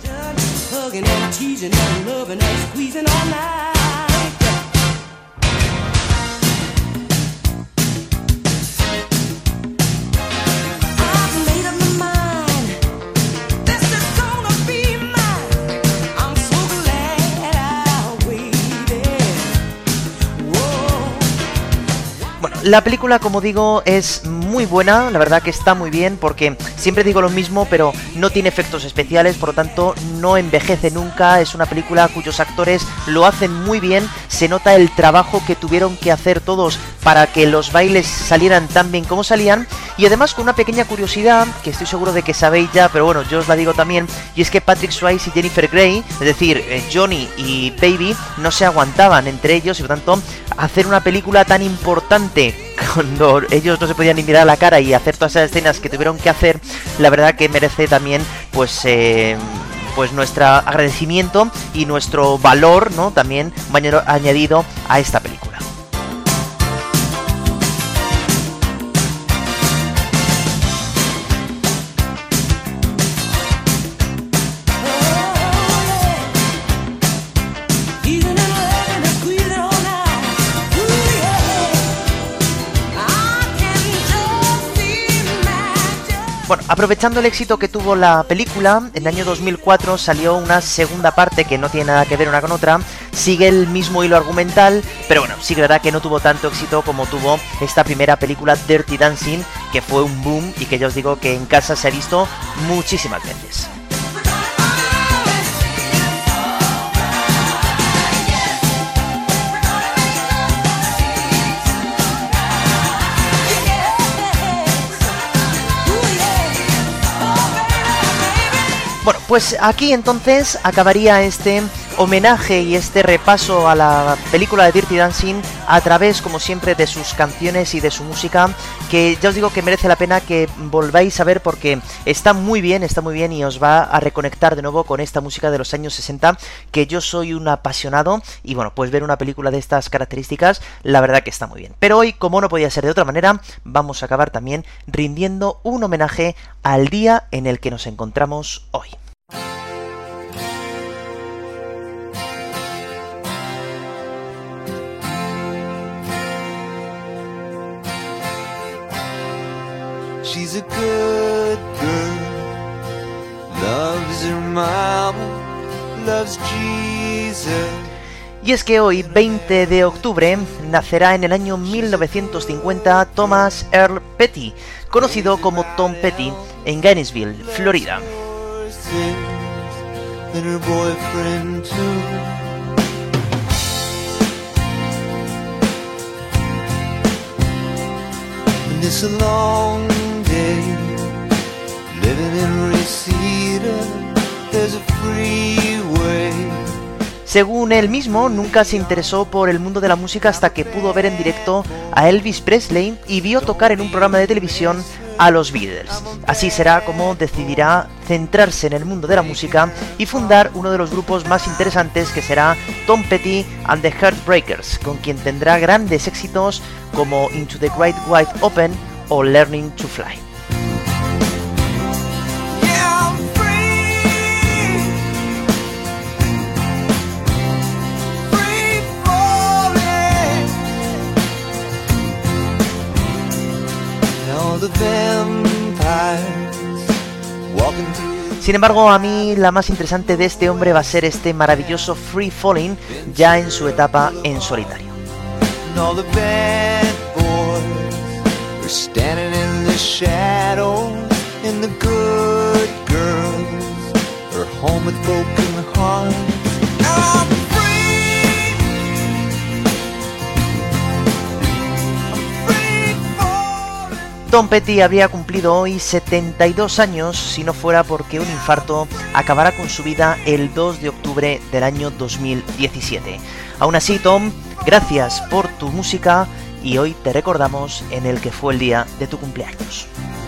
La película, como digo, es muy buena, la verdad que está muy bien, porque siempre digo lo mismo, pero no tiene efectos especiales, por lo tanto no envejece nunca, es una película cuyos actores lo hacen muy bien, se nota el trabajo que tuvieron que hacer todos para que los bailes salieran tan bien como salían, y además con una pequeña curiosidad, que estoy seguro de que sabéis ya, pero bueno, yo os la digo también, y es que Patrick Swayze y Jennifer Grey, es decir, Johnny y Baby, no se aguantaban entre ellos, y por tanto, hacer una película tan importante cuando ellos no se podían ni mirar a la cara y hacer todas esas escenas que tuvieron que hacer, la verdad que merece también pues nuestro agradecimiento y nuestro valor, ¿no? También añadido a esta película. Bueno, aprovechando el éxito que tuvo la película, en el año 2004 salió una segunda parte que no tiene nada que ver una con otra, sigue el mismo hilo argumental, pero bueno, sí que es verdad que no tuvo tanto éxito como tuvo esta primera película Dirty Dancing, que fue un boom y que ya os digo que en casa se ha visto muchísimas veces. Bueno, pues aquí entonces acabaría este homenaje y este repaso a la película de Dirty Dancing a través, como siempre, de sus canciones y de su música, que ya os digo que merece la pena que volváis a ver porque está muy bien y os va a reconectar de nuevo con esta música de los años 60, que yo soy un apasionado y bueno, pues ver una película de estas características, la verdad que está muy bien. Pero hoy, como no podía ser de otra manera, vamos a acabar también rindiendo un homenaje al día en el que nos encontramos hoy. She's a good girl, loves her mama, loves Jesus. Y es que hoy, 20 de octubre, nacerá en el año 1950 Thomas Earl Petty, conocido como Tom Petty, en Gainesville, Florida. And her boyfriend too. And it's a long day living in Reseda. There's a freeway. Según él mismo, nunca se interesó por el mundo de la música hasta que pudo ver en directo a Elvis Presley y vio tocar en un programa de televisión a los Beatles. Así será como decidirá centrarse en el mundo de la música y fundar uno de los grupos más interesantes, que será Tom Petty and the Heartbreakers, con quien tendrá grandes éxitos como Into the Great Wide Open o Learning to Fly. Sin embargo, a mí la más interesante de este hombre va a ser este maravilloso Free Falling, ya en su etapa en solitario. Tom Petty habría cumplido hoy 72 años si no fuera porque un infarto acabará con su vida el 2 de octubre del año 2017. Aún así, Tom, gracias por tu música y hoy te recordamos en el que fue el día de tu cumpleaños.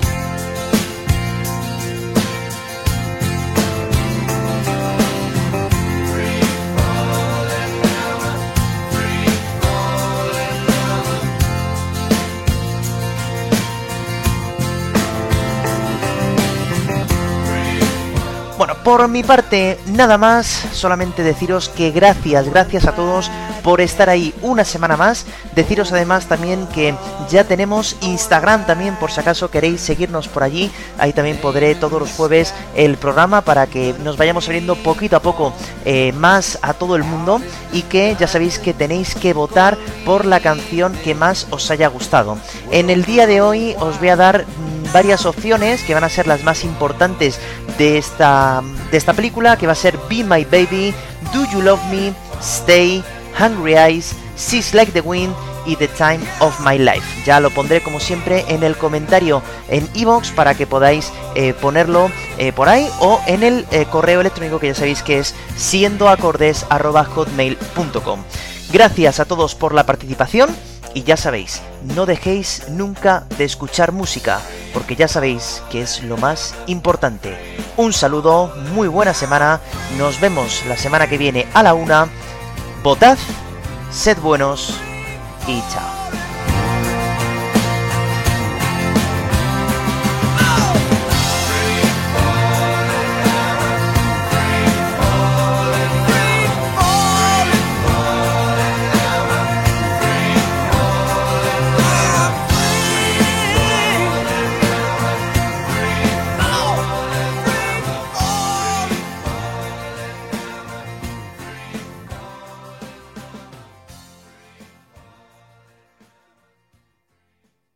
Bueno, por mi parte nada más, solamente deciros que gracias a todos por estar ahí una semana más. Deciros además también que ya tenemos Instagram también, por si acaso queréis seguirnos por allí. Ahí también podré todos los jueves el programa para que nos vayamos abriendo poquito a poco más a todo el mundo, y que ya sabéis que tenéis que votar por la canción que más os haya gustado. En el día de hoy os voy a dar varias opciones que van a ser las más importantes de esta película, que va a ser Be My Baby, Do You Love Me, Stay, Hungry Eyes, She's Like the Wind y The Time of My Life. Ya lo pondré como siempre en el comentario en iVoox para que podáis ponerlo por ahí, o en el correo electrónico que ya sabéis que es siendoacordes@hotmail.com. Gracias a todos por la participación. Y ya sabéis, no dejéis nunca de escuchar música, porque ya sabéis que es lo más importante. Un saludo, muy buena semana, nos vemos la semana que viene a la 1. Votad, sed buenos y chao.